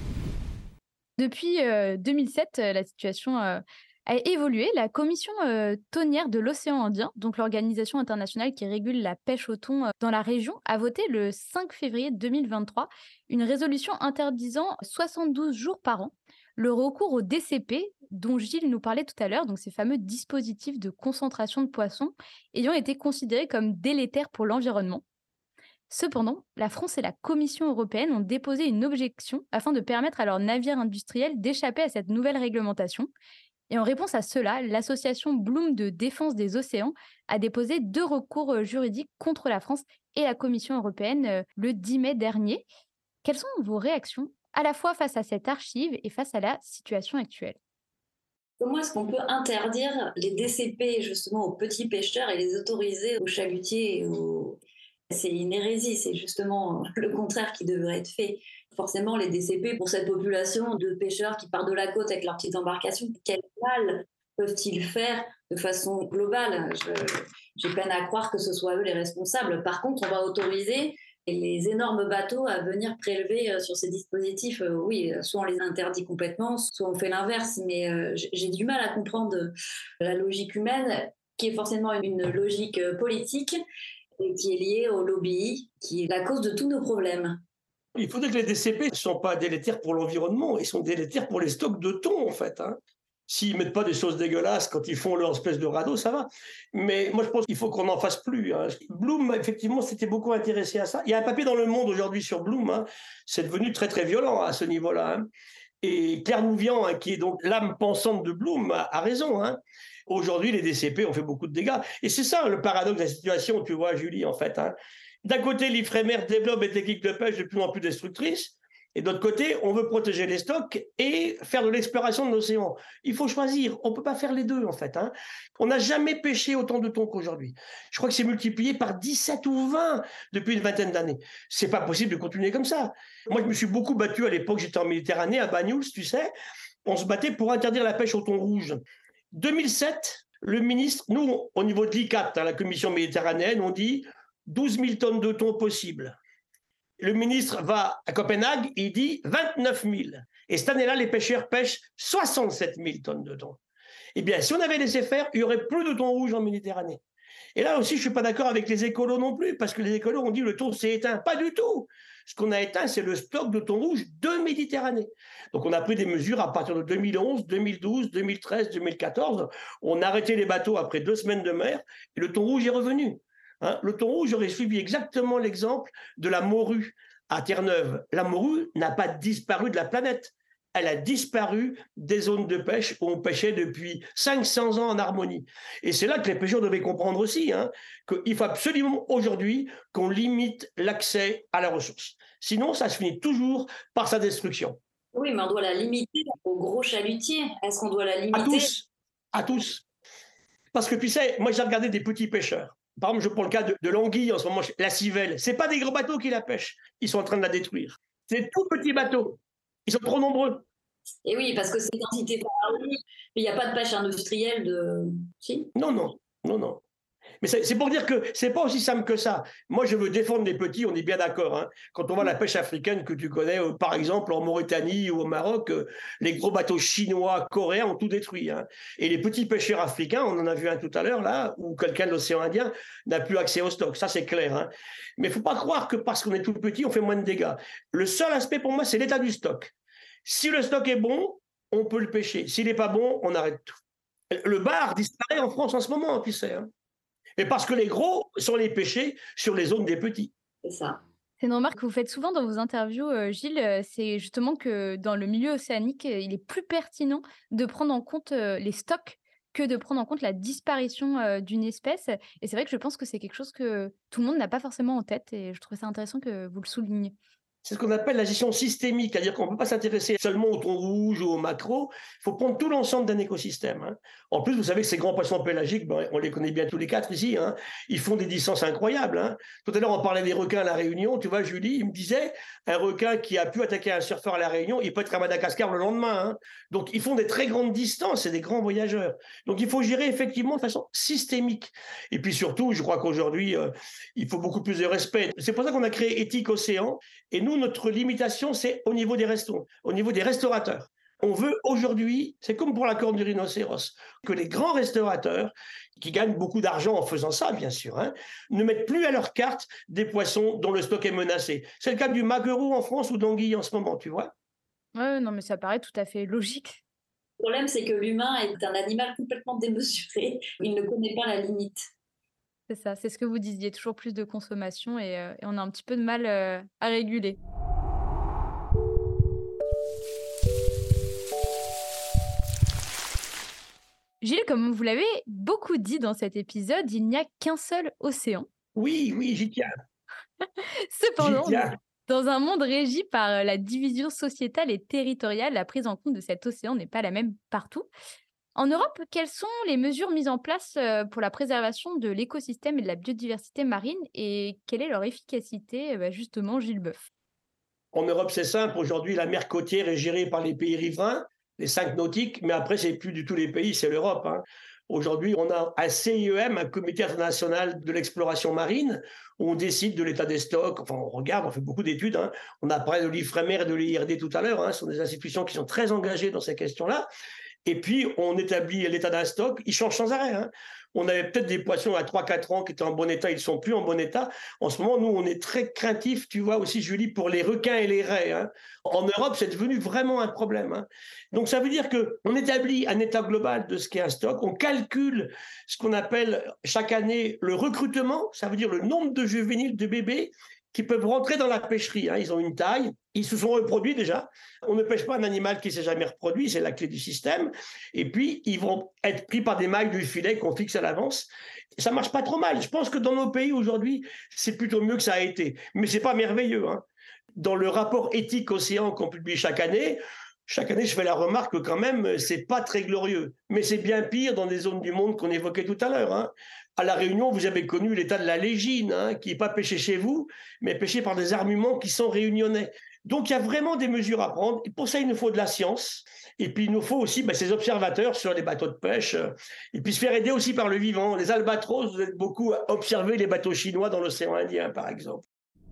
Depuis euh, deux mille sept, euh, la situation euh, a évolué. La Commission euh, thonière de l'océan Indien, donc l'organisation internationale qui régule la pêche au thon euh, dans la région, a voté le cinq février deux mille vingt-trois une résolution interdisant soixante-douze jours par an le recours au D C P, dont Gilles nous parlait tout à l'heure, donc ces fameux dispositifs de concentration de poissons ayant été considérés comme délétères pour l'environnement. Cependant, la France et la Commission européenne ont déposé une objection afin de permettre à leurs navires industriels d'échapper à cette nouvelle réglementation. Et en réponse à cela, l'association Bloom de défense des océans a déposé deux recours juridiques contre la France et la Commission européenne le dix mai dernier. Quelles sont vos réactions à la fois face à cette archive et face à la situation actuelle ? Comment est-ce qu'on peut interdire les D C P justement aux petits pêcheurs et les autoriser aux chalutiers et aux... C'est une hérésie, c'est justement le contraire qui devrait être fait. Forcément, les D C P, pour cette population de pêcheurs qui partent de la côte avec leurs petites embarcations, quel mal peuvent-ils faire de façon globale ? Je, J'ai peine à croire que ce soit eux les responsables. Par contre, on va autoriser Et les énormes bateaux à venir prélever sur ces dispositifs, euh, oui, soit on les interdit complètement, soit on fait l'inverse. Mais euh, j'ai du mal à comprendre la logique humaine, qui est forcément une logique politique et qui est liée au lobby, qui est la cause de tous nos problèmes. Il faudrait que les D C P ne sont pas délétères pour l'environnement, ils sont délétères pour les stocks de thon, en fait. Hein. S'ils ne mettent pas des choses dégueulasses quand ils font leur espèce de radeau, ça va. Mais moi, je pense qu'il faut qu'on n'en fasse plus. Hein. Bloom, effectivement, s'était beaucoup intéressé à ça. Il y a un papier dans Le Monde aujourd'hui sur Bloom. Hein. C'est devenu très, très violent à ce niveau-là. Hein. Et Claire Mouvian, hein, qui est donc l'âme pensante de Bloom, a, a raison. Hein. Aujourd'hui, les D C P ont fait beaucoup de dégâts. Et c'est ça le paradoxe de la situation, tu vois, Julie, en fait. Hein. D'un côté, l'Ifremer développe des techniques de pêche de plus en plus destructrices. Et d'autre côté, on veut protéger les stocks et faire de l'exploration de l'océan. Il faut choisir. On ne peut pas faire les deux, en fait. Hein. On n'a jamais pêché autant de thon qu'aujourd'hui. Je crois que c'est multiplié par dix-sept ou vingt depuis une vingtaine d'années. Ce n'est pas possible de continuer comme ça. Moi, je me suis beaucoup battu à l'époque, j'étais en Méditerranée, à Banyuls, tu sais. On se battait pour interdire la pêche au thon rouge. deux mille sept, le ministre, nous, au niveau de l'I C A T, la commission méditerranéenne, on dit douze mille tonnes de thon possibles. Le ministre va à Copenhague, il dit vingt-neuf mille. Et cette année-là, les pêcheurs pêchent soixante-sept mille tonnes de thon. Eh bien, si on avait laissé faire, il n'y aurait plus de thon rouge en Méditerranée. Et là aussi, je ne suis pas d'accord avec les écolos non plus, parce que les écolos ont dit que le thon s'est éteint. Pas du tout. Ce qu'on a éteint, c'est le stock de thon rouge de Méditerranée. Donc, on a pris des mesures à partir de deux mille onze, deux mille douze, deux mille treize, deux mille quatorze. On a arrêté les bateaux après deux semaines de mer et le thon rouge est revenu. Hein, le thon rouge aurait suivi exactement l'exemple de la morue à Terre-Neuve. La morue n'a pas disparu de la planète. Elle a disparu des zones de pêche où on pêchait depuis cinq cents ans en harmonie. Et c'est là que les pêcheurs devaient comprendre aussi hein, qu'il faut absolument aujourd'hui qu'on limite l'accès à la ressource. Sinon, ça se finit toujours par sa destruction. Oui, mais on doit la limiter aux gros chalutiers. Est-ce qu'on doit la limiter ? À tous. À tous. Parce que tu sais, moi j'ai regardé des petits pêcheurs. Par exemple, je prends le cas de, de l'anguille en ce moment, la civelle. Ce n'est pas des gros bateaux qui la pêchent. Ils sont en train de la détruire. C'est des tout petits bateaux. Ils sont trop nombreux. Et oui, parce que c'est quantité pharaonique. Il n'y a pas de pêche industrielle de... Si ? Non, non, non, non. Mais c'est, c'est pour dire que c'est pas aussi simple que ça. Moi, je veux défendre les petits, on est bien d'accord. Hein. Quand on voit la pêche africaine que tu connais, euh, par exemple, en Mauritanie ou au Maroc, euh, les gros bateaux chinois, coréens ont tout détruit. Hein. Et les petits pêcheurs africains, on en a vu un tout à l'heure, là, où quelqu'un de l'océan Indien n'a plus accès au stock. Ça, c'est clair. Hein. Mais il ne faut pas croire que parce qu'on est tout petit, on fait moins de dégâts. Le seul aspect pour moi, c'est l'état du stock. Si le stock est bon, on peut le pêcher. S'il n'est pas bon, on arrête tout. Le bar disparaît en France en ce moment, tu sais. Hein. Et parce que les gros sont les pêchés sur les zones des petits. C'est ça. C'est une remarque que vous faites souvent dans vos interviews, euh, Gilles, euh, c'est justement que dans le milieu océanique, euh, il est plus pertinent de prendre en compte euh, les stocks que de prendre en compte la disparition euh, d'une espèce. Et c'est vrai que je pense que c'est quelque chose que tout le monde n'a pas forcément en tête et je trouve ça intéressant que vous le souligniez. C'est ce qu'on appelle la gestion systémique, c'est-à-dire qu'on ne peut pas s'intéresser seulement au thon rouge ou au maquereau, il faut prendre tout l'ensemble d'un écosystème. Hein. En plus, vous savez que ces grands poissons pélagiques, ben, on les connaît bien tous les quatre ici, hein, ils font des distances incroyables. Hein. Tout à l'heure, on parlait des requins à La Réunion, tu vois, Julie, il me disait, un requin qui a pu attaquer un surfeur à La Réunion, il peut être à Madagascar le lendemain. Hein. Donc, ils font des très grandes distances, c'est des grands voyageurs. Donc, il faut gérer effectivement de façon systémique. Et puis surtout, je crois qu'aujourd'hui, euh, il faut beaucoup plus de respect. C'est pour ça qu'on a créé Éthique Océan, et nous, notre limitation, c'est au niveau des restos, au niveau des restaurateurs. On veut aujourd'hui, c'est comme pour la corne du rhinocéros, que les grands restaurateurs, qui gagnent beaucoup d'argent en faisant ça, bien sûr, hein, ne mettent plus à leur carte des poissons dont le stock est menacé. C'est le cas du maquereau en France ou d'anguille en ce moment, tu vois. Ouais, non, mais ça paraît tout à fait logique. Le problème, c'est que l'humain est un animal complètement démesuré. Il ne connaît pas la limite. C'est ça, c'est ce que vous disiez, toujours plus de consommation et, euh, et on a un petit peu de mal euh, à réguler. Gilles, comme vous l'avez beaucoup dit dans cet épisode, il n'y a qu'un seul océan. Oui, oui, j'y tiens. Cependant, J'y tiens. dans un monde régi par la division sociétale et territoriale, la prise en compte de cet océan n'est pas la même partout. En Europe, quelles sont les mesures mises en place pour la préservation de l'écosystème et de la biodiversité marine et quelle est leur efficacité, bah justement, Gilles Boeuf? En Europe, c'est simple. Aujourd'hui, la mer côtière est gérée par les pays riverains, les cinq nautiques, mais après, c'est plus du tout les pays, c'est l'Europe. Hein. Aujourd'hui, on a un C I E M, un comité international de l'exploration marine, où on décide de l'état des stocks. Enfin, on regarde, on fait beaucoup d'études. Hein. On a parlé de l'Ifremer et de l'I R D tout à l'heure. Hein. Ce sont des institutions qui sont très engagées dans ces questions-là. Et puis, on établit l'état d'un stock. Il change sans arrêt. Hein. On avait peut-être des poissons à trois quatre ans qui étaient en bon état, ils ne sont plus en bon état. En ce moment, nous, on est très craintifs, tu vois aussi, Julie, pour les requins et les raies. Hein. En Europe, c'est devenu vraiment un problème. Hein. Donc, ça veut dire qu'on établit un état global de ce qu'est un stock, on calcule ce qu'on appelle chaque année le recrutement, ça veut dire le nombre de juvéniles, de bébés, qui peuvent rentrer dans la pêcherie. Hein. Ils ont une taille, ils se sont reproduits déjà. On ne pêche pas un animal qui ne s'est jamais reproduit, c'est la clé du système. Et puis, ils vont être pris par des mailles du filet qu'on fixe à l'avance. Ça ne marche pas trop mal. Je pense que dans nos pays aujourd'hui, c'est plutôt mieux que ça a été. Mais ce n'est pas merveilleux. Hein. Dans le rapport éthique océan qu'on publie chaque année, chaque année, je fais la remarque que quand même, ce n'est pas très glorieux. Mais c'est bien pire dans des zones du monde qu'on évoquait tout à l'heure. Hein. À La Réunion, vous avez connu l'état de la légine, hein, qui n'est pas pêché chez vous, mais pêché par des armements qui sont réunionnais. Donc, il y a vraiment des mesures à prendre. Et pour ça, il nous faut de la science. Et puis, il nous faut aussi ben, ces observateurs sur les bateaux de pêche. Et puis, se faire aider aussi par le vivant. Les albatros, vous êtes beaucoup à observer les bateaux chinois dans l'océan Indien, par exemple.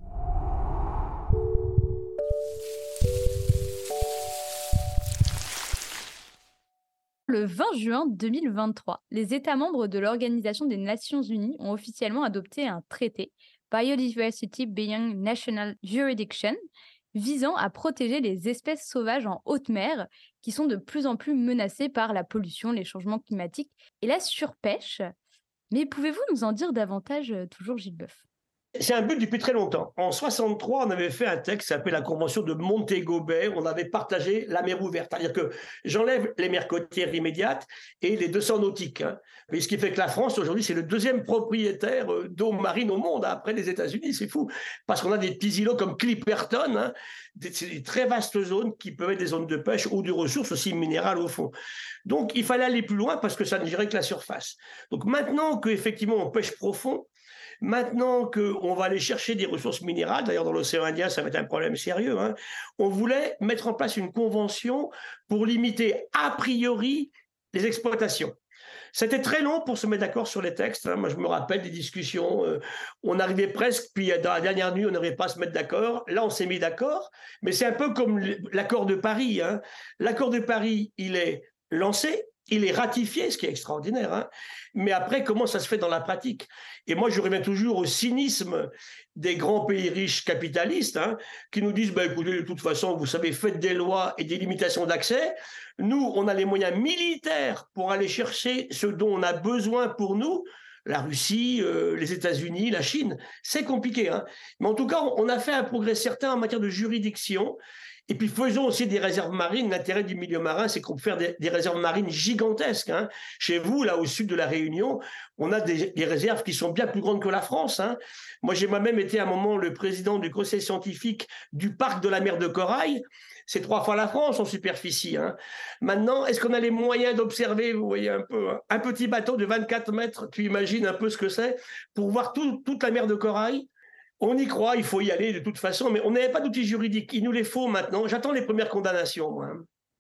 Le vingt juin deux mille vingt-trois, les États membres de l'Organisation des Nations Unies ont officiellement adopté un traité, Biodiversity Beyond National Jurisdiction, visant à protéger les espèces sauvages en haute mer qui sont de plus en plus menacées par la pollution, les changements climatiques et la surpêche. Mais pouvez-vous nous en dire davantage, toujours Gilles Boeuf ? C'est un but depuis très longtemps. En soixante-trois, on avait fait un texte qui s'appelait la Convention de Montego Bay. On avait partagé la mer ouverte. C'est-à-dire que j'enlève les mers côtières immédiates et les deux cents nautiques. Hein. Mais ce qui fait que la France, aujourd'hui, c'est le deuxième propriétaire d'eau marine au monde, hein, après les États-Unis. C'est fou. Parce qu'on a des petits îlots comme Clipperton, hein, des, des très vastes zones qui peuvent être des zones de pêche ou de ressources aussi minérales au fond. Donc, il fallait aller plus loin parce que ça ne gérait que la surface. Donc, maintenant qu'effectivement, on pêche profond, maintenant qu'on va aller chercher des ressources minérales, d'ailleurs dans l'océan Indien, ça va être un problème sérieux, hein, on voulait mettre en place une convention pour limiter a priori les exploitations. C'était très long pour se mettre d'accord sur les textes. Hein. Moi, je me rappelle des discussions. Euh, on arrivait presque, puis dans la dernière nuit, on n'arrivait pas à se mettre d'accord. Là, on s'est mis d'accord. Mais c'est un peu comme l'accord de Paris. Hein. L'accord de Paris, il est lancé. Il est ratifié, ce qui est extraordinaire, hein. Mais après, comment ça se fait dans la pratique? Et moi, je reviens toujours au cynisme des grands pays riches capitalistes, hein, qui nous disent, bah, écoutez, de toute façon, vous savez, faites des lois et des limitations d'accès. Nous, on a les moyens militaires pour aller chercher ce dont on a besoin pour nous. La Russie, euh, les États-Unis, la Chine, c'est compliqué. Hein. Mais en tout cas, on a fait un progrès certain en matière de juridiction. Et puis faisons aussi des réserves marines. L'intérêt du milieu marin, c'est qu'on peut faire des, des réserves marines gigantesques. Hein. Chez vous, là au sud de la Réunion, on a des, des réserves qui sont bien plus grandes que la France. Hein. Moi, j'ai moi-même été à un moment le président du conseil scientifique du parc de la mer de Corail. C'est trois fois la France en superficie. Hein. Maintenant, est-ce qu'on a les moyens d'observer, vous voyez un peu, hein, un petit bateau de vingt-quatre mètres, tu imagines un peu ce que c'est, pour voir tout, toute la mer de Corail? On y croit, il faut y aller de toute façon, mais on n'avait pas d'outils juridiques. Il nous les faut maintenant. J'attends les premières condamnations, moi.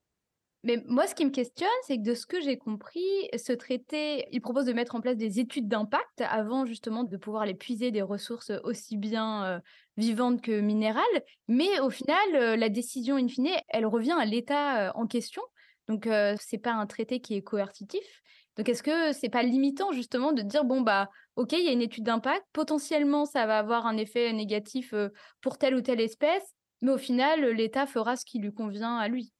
Mais moi, ce qui me questionne, c'est que de ce que j'ai compris, ce traité, il propose de mettre en place des études d'impact avant justement de pouvoir aller puiser des ressources aussi bien euh, vivantes que minérales. Mais au final, euh, la décision in fine, elle revient à l'État euh, en question. Donc, euh, ce n'est pas un traité qui est coercitif. Donc, est-ce que c'est pas limitant justement de dire, bon, bah, ok, il y a une étude d'impact, potentiellement, ça va avoir un effet négatif euh, pour telle ou telle espèce, mais au final, l'État fera ce qui lui convient à lui.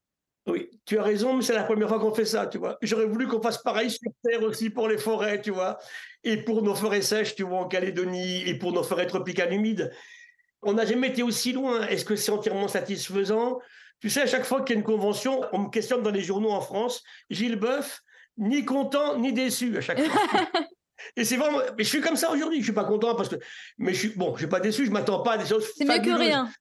Oui, tu as raison, mais c'est la première fois qu'on fait ça, tu vois. J'aurais voulu qu'on fasse pareil sur Terre aussi pour les forêts, tu vois, et pour nos forêts sèches, tu vois, en Calédonie, et pour nos forêts tropicales humides. On n'a jamais été aussi loin. Est-ce que c'est entièrement satisfaisant? Tu sais, à chaque fois qu'il y a une convention, on me questionne dans les journaux en France, Gilles Boeuf, ni content, ni déçu à chaque fois. Et c'est vraiment... Mais je suis comme ça aujourd'hui, je suis pas content parce que... Mais je suis... Bon, je suis pas déçu, je m'attends pas à des choses C'est mieux fabuleuses. que rien.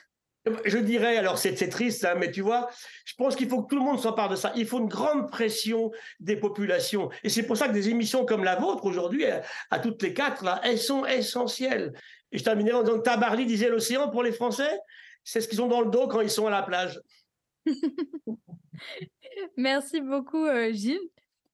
Je dirais, alors c'est, c'est triste, hein, mais tu vois, je pense qu'il faut que tout le monde s'empare de ça. Il faut une grande pression des populations. Et c'est pour ça que des émissions comme la vôtre aujourd'hui, à, à toutes les quatre, là, elles sont essentielles. Et je terminerai en disant que Tabarly disait l'océan pour les Français, c'est ce qu'ils ont dans le dos quand ils sont à la plage. Merci beaucoup, euh, Gilles.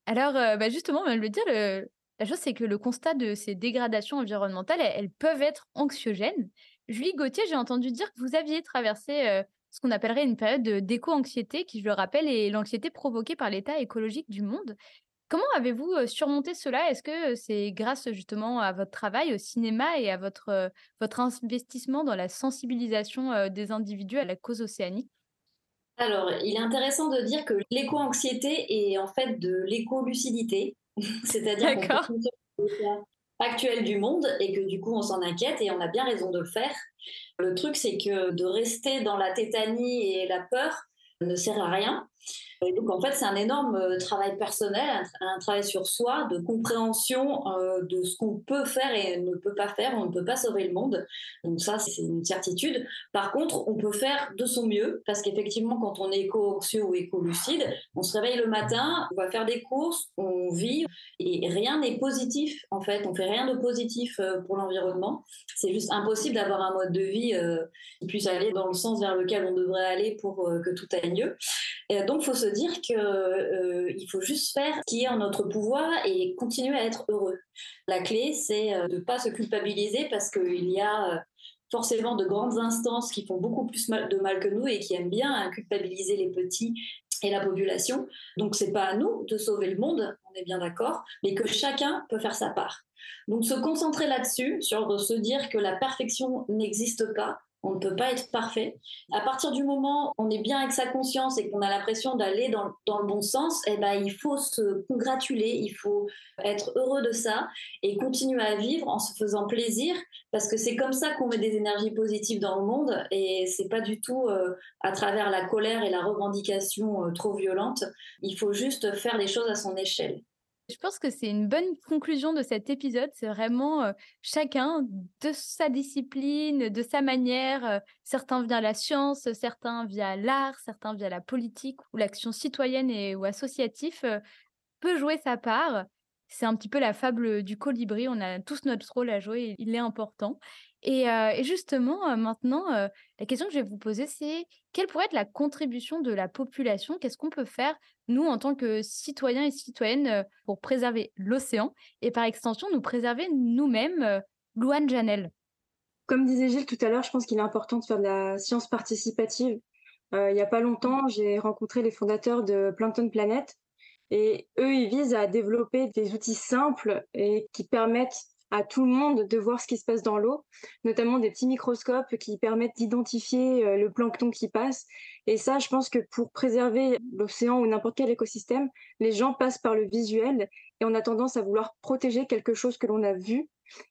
Alors, euh, bah, justement, on va le dire, le- la chose, c'est que le constat de ces dégradations environnementales, elles, elles peuvent être anxiogènes. Julie Gauthier, j'ai entendu dire que vous aviez traversé euh, ce qu'on appellerait une période de- d'éco-anxiété, qui, je le rappelle, est l'anxiété provoquée par l'état écologique du monde. Comment avez-vous euh, surmonté cela? Est-ce que euh, c'est grâce justement à votre travail au cinéma et à votre, euh, votre investissement dans la sensibilisation euh, des individus à la cause océanique? Alors, il est intéressant de dire que l'éco-anxiété est en fait de l'éco-lucidité, c'est-à-dire qu'on peut D'accord. penser au l'état actuel du monde et que du coup on s'en inquiète et on a bien raison de le faire. Le truc, c'est que de rester dans la tétanie et la peur ne sert à rien. Et donc, en fait, c'est un énorme euh, travail personnel, un, tra- un travail sur soi, de compréhension euh, de ce qu'on peut faire et ne peut pas faire. On ne peut pas sauver le monde. Donc ça, c'est une certitude. Par contre, on peut faire de son mieux parce qu'effectivement, quand on est éco-anxieux ou éco-lucide, on se réveille le matin, on va faire des courses, on vit et rien n'est positif, en fait. On fait rien de positif euh, pour l'environnement. C'est juste impossible d'avoir un mode de vie euh, qui puisse aller dans le sens vers lequel on devrait aller pour euh, que tout aille mieux. Et donc, il faut se dire qu'il euh, faut juste faire ce qui est en notre pouvoir et continuer à être heureux. La clé, c'est euh, de ne pas se culpabiliser parce qu'il y a euh, forcément de grandes instances qui font beaucoup plus mal, de mal que nous et qui aiment bien hein, culpabiliser les petits et la population. Donc, c'est pas à nous de sauver le monde, on est bien d'accord, mais que chacun peut faire sa part. Donc, se concentrer là-dessus, sur se dire que la perfection n'existe pas, on ne peut pas être parfait. À partir du moment où on est bien avec sa conscience et qu'on a l'impression d'aller dans, dans le bon sens, eh ben, il faut se congratuler, il faut être heureux de ça et continuer à vivre en se faisant plaisir parce que c'est comme ça qu'on met des énergies positives dans le monde et c'est pas du tout euh, à travers la colère et la revendication euh, trop violente. Il faut juste faire les choses à son échelle. Je pense que c'est une bonne conclusion de cet épisode. C'est vraiment euh, chacun de sa discipline, de sa manière. euh, certains via la science, certains via l'art, certains via la politique ou l'action citoyenne et, ou associative, euh, peut jouer sa part. C'est un petit peu la fable du colibri. On a tous notre rôle à jouer, et il est important. Et, euh, et justement, euh, maintenant, euh, la question que je vais vous poser, c'est quelle pourrait être la contribution de la population? Qu'est-ce qu'on peut faire, nous, en tant que citoyens et citoyennes, euh, pour préserver l'océan et par extension, nous préserver nous-mêmes? euh, Louane Janel. Comme disait Gilles tout à l'heure, je pense qu'il est important de faire de la science participative. Euh, il n'y a pas longtemps, j'ai rencontré les fondateurs de Plankton Planet et eux, ils visent à développer des outils simples et qui permettent à tout le monde de voir ce qui se passe dans l'eau, notamment des petits microscopes qui permettent d'identifier euh, le plancton qui passe. Et ça, je pense que pour préserver l'océan ou n'importe quel écosystème, les gens passent par le visuel et on a tendance à vouloir protéger quelque chose que l'on a vu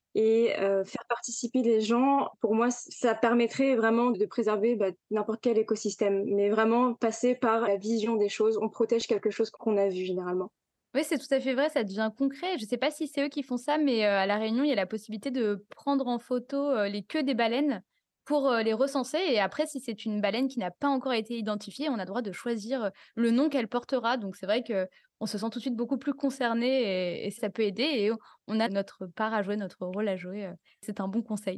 et euh, faire participer les gens, pour moi, ça permettrait vraiment de préserver bah, n'importe quel écosystème, mais vraiment passer par la vision des choses. On protège quelque chose qu'on a vu généralement. Oui, c'est tout à fait vrai, ça devient concret. Je ne sais pas si c'est eux qui font ça, mais euh, à La Réunion, il y a la possibilité de prendre en photo euh, les queues des baleines pour euh, les recenser. Et après, si c'est une baleine qui n'a pas encore été identifiée, on a le droit de choisir euh, le nom qu'elle portera. Donc, c'est vrai qu'on se sent tout de suite beaucoup plus concerné et, et ça peut aider. Et on a notre part à jouer, notre rôle à jouer. euh, C'est un bon conseil.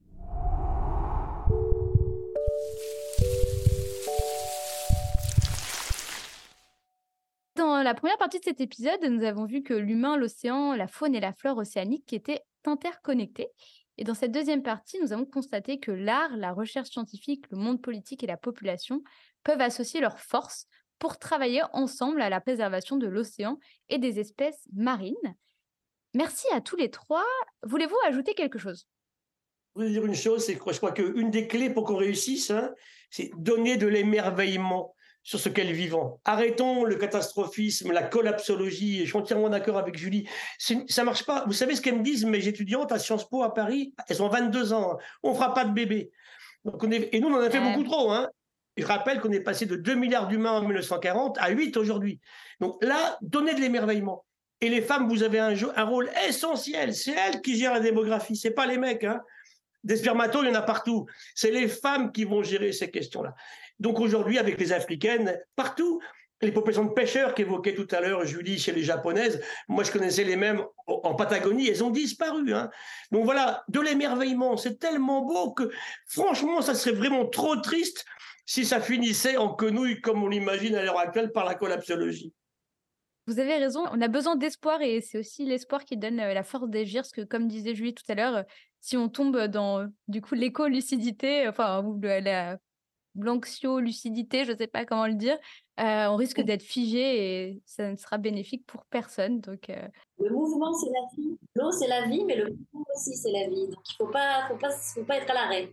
Dans la première partie de cet épisode, nous avons vu que l'humain, l'océan, la faune et la flore océanique étaient interconnectés. Et dans cette deuxième partie, nous avons constaté que l'art, la recherche scientifique, le monde politique et la population peuvent associer leurs forces pour travailler ensemble à la préservation de l'océan et des espèces marines. Merci à tous les trois. Voulez-vous ajouter quelque chose? Je voudrais dire une chose, c'est que je crois qu'une des clés pour qu'on réussisse, hein, c'est donner de l'émerveillement sur ce qu'est le vivant. Arrêtons le catastrophisme, la collapsologie, et je suis entièrement d'accord avec Julie. C'est- Ça marche pas. Vous savez ce qu'elles me disent, mes étudiantes à Sciences Po à Paris? Elles ont vingt-deux ans. hein. On fera pas de bébé. Donc on est... Et nous, on en a fait Euh, beaucoup trop. Hein. Je rappelle qu'on est passé de deux milliards d'humains en mille neuf cent quarante à huit aujourd'hui. Donc là, donnez de l'émerveillement. Et les femmes, vous avez un, jeu, un rôle essentiel. C'est elles qui gèrent la démographie, c'est pas les mecs. Hein. Des spermatos, il y en a partout. C'est les femmes qui vont gérer ces questions-là. Donc aujourd'hui, avec les Africaines, partout, les populations de pêcheurs qu'évoquait tout à l'heure Julie chez les Japonaises, moi je connaissais les mêmes en Patagonie, elles ont disparu. Hein. Donc voilà, de l'émerveillement, c'est tellement beau que franchement, ça serait vraiment trop triste si ça finissait en quenouille comme on l'imagine à l'heure actuelle par la collapsologie. Vous avez raison, on a besoin d'espoir et c'est aussi l'espoir qui donne euh, la force d'agir. Parce que, comme disait Julie tout à l'heure, euh, si on tombe dans euh, du coup l'éco-lucidité, enfin, ou le- la l'anxio-lucidité, je ne sais pas comment le dire, euh, on risque d'être figé et ça ne sera bénéfique pour personne. Donc, euh, Le mouvement, c'est la vie. L'eau, c'est la vie, mais le mouvement aussi, c'est la vie. Donc, il ne faut pas, faut pas, faut pas être à l'arrêt.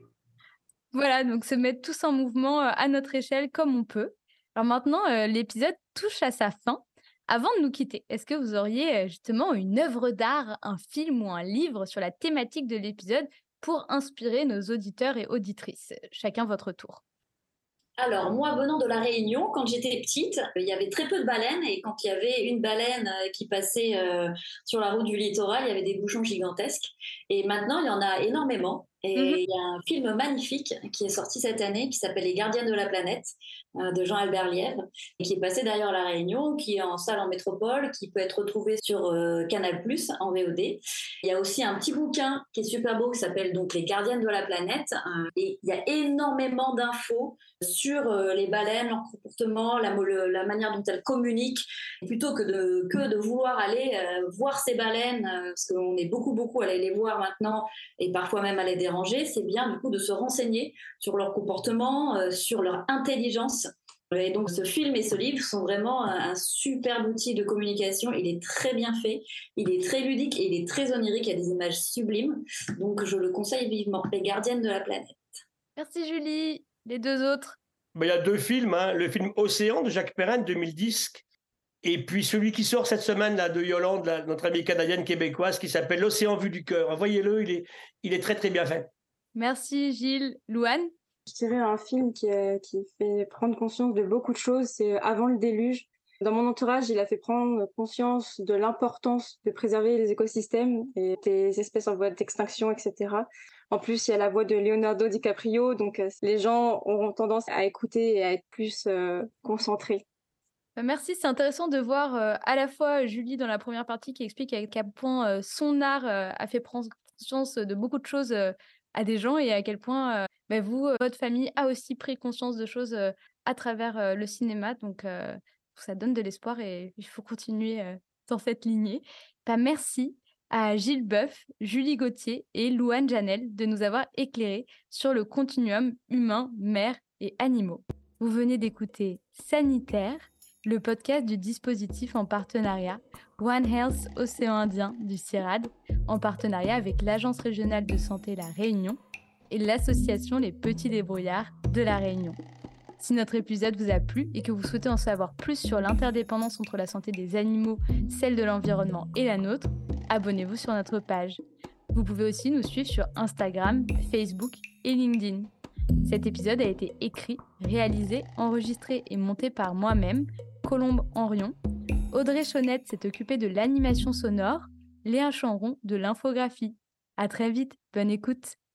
Voilà, donc se mettre tous en mouvement euh, à notre échelle comme on peut. Alors maintenant, euh, l'épisode touche à sa fin. Avant de nous quitter, est-ce que vous auriez euh, justement une œuvre d'art, un film ou un livre sur la thématique de l'épisode pour inspirer nos auditeurs et auditrices? Chacun votre tour. Alors, moi, venant de La Réunion, quand j'étais petite, il y avait très peu de baleines et quand il y avait une baleine euh, qui passait euh, sur la route du littoral, il y avait des bouchons gigantesques. Et maintenant, il y en a énormément. Et Mhm. il y a un film magnifique qui est sorti cette année qui s'appelle Les Gardiennes de la planète euh, de Jean-Albert Lièvre et qui est passé derrière La Réunion, qui est en salle en métropole, qui peut être retrouvé sur euh, Canal plus, en V O D. Il y a aussi un petit bouquin qui est super beau qui s'appelle donc Les Gardiennes de la planète euh, et il y a énormément d'infos sur euh, les baleines, leur comportement, la, le, la manière dont elles communiquent, plutôt que de, que de vouloir aller euh, voir ces baleines, euh, parce qu'on est beaucoup, beaucoup à aller les voir maintenant, et parfois même à les déranger, c'est bien du coup de se renseigner sur leur comportement, euh, sur leur intelligence. Et donc ce film et ce livre sont vraiment un, un superbe outil de communication, il est très bien fait, il est très ludique et il est très onirique, il y a des images sublimes, donc je le conseille vivement, Les Gardiennes de la planète. Merci Julie. Les deux autres? Ben, il y a deux films, hein. Le film Océan de Jacques Perrin de deux mille dix, et puis celui qui sort cette semaine là, de Yolande, là, notre amie canadienne québécoise, qui s'appelle L'Océan vu du cœur. Voyez-le, il est, il est très très bien fait. Merci Gilles. Louane? Je dirais un film qui, euh, qui fait prendre conscience de beaucoup de choses, c'est Avant le déluge. Dans mon entourage, il a fait prendre conscience de l'importance de préserver les écosystèmes et des espèces en voie d'extinction, et cetera. En plus, il y a la voix de Leonardo DiCaprio, donc euh, les gens auront tendance à écouter et à être plus euh, concentrés. Merci, c'est intéressant de voir euh, à la fois Julie dans la première partie qui explique à quel point euh, son art euh, a fait prendre conscience de beaucoup de choses euh, à des gens et à quel point euh, bah, vous, euh, votre famille a aussi pris conscience de choses euh, à travers euh, le cinéma. Donc euh, ça donne de l'espoir et il faut continuer euh, dans cette lignée. Bah, merci à Gilles Boeuf, Julie Gauthier et Louane Janel de nous avoir éclairés sur le continuum humain, mer et animaux. Vous venez d'écouter Sanitaire, le podcast du dispositif en partenariat One Health Océan Indien du CIRAD, en partenariat avec l'Agence régionale de santé La Réunion et l'association Les Petits Débrouillards de La Réunion. Si notre épisode vous a plu et que vous souhaitez en savoir plus sur l'interdépendance entre la santé des animaux, celle de l'environnement et la nôtre, abonnez-vous sur notre page. Vous pouvez aussi nous suivre sur Instagram, Facebook et LinkedIn. Cet épisode a été écrit, réalisé, enregistré et monté par moi-même, Colombe Henrion. Audrey Chaunette s'est occupée de l'animation sonore, Léa Chanron de l'infographie. À très vite, bonne écoute.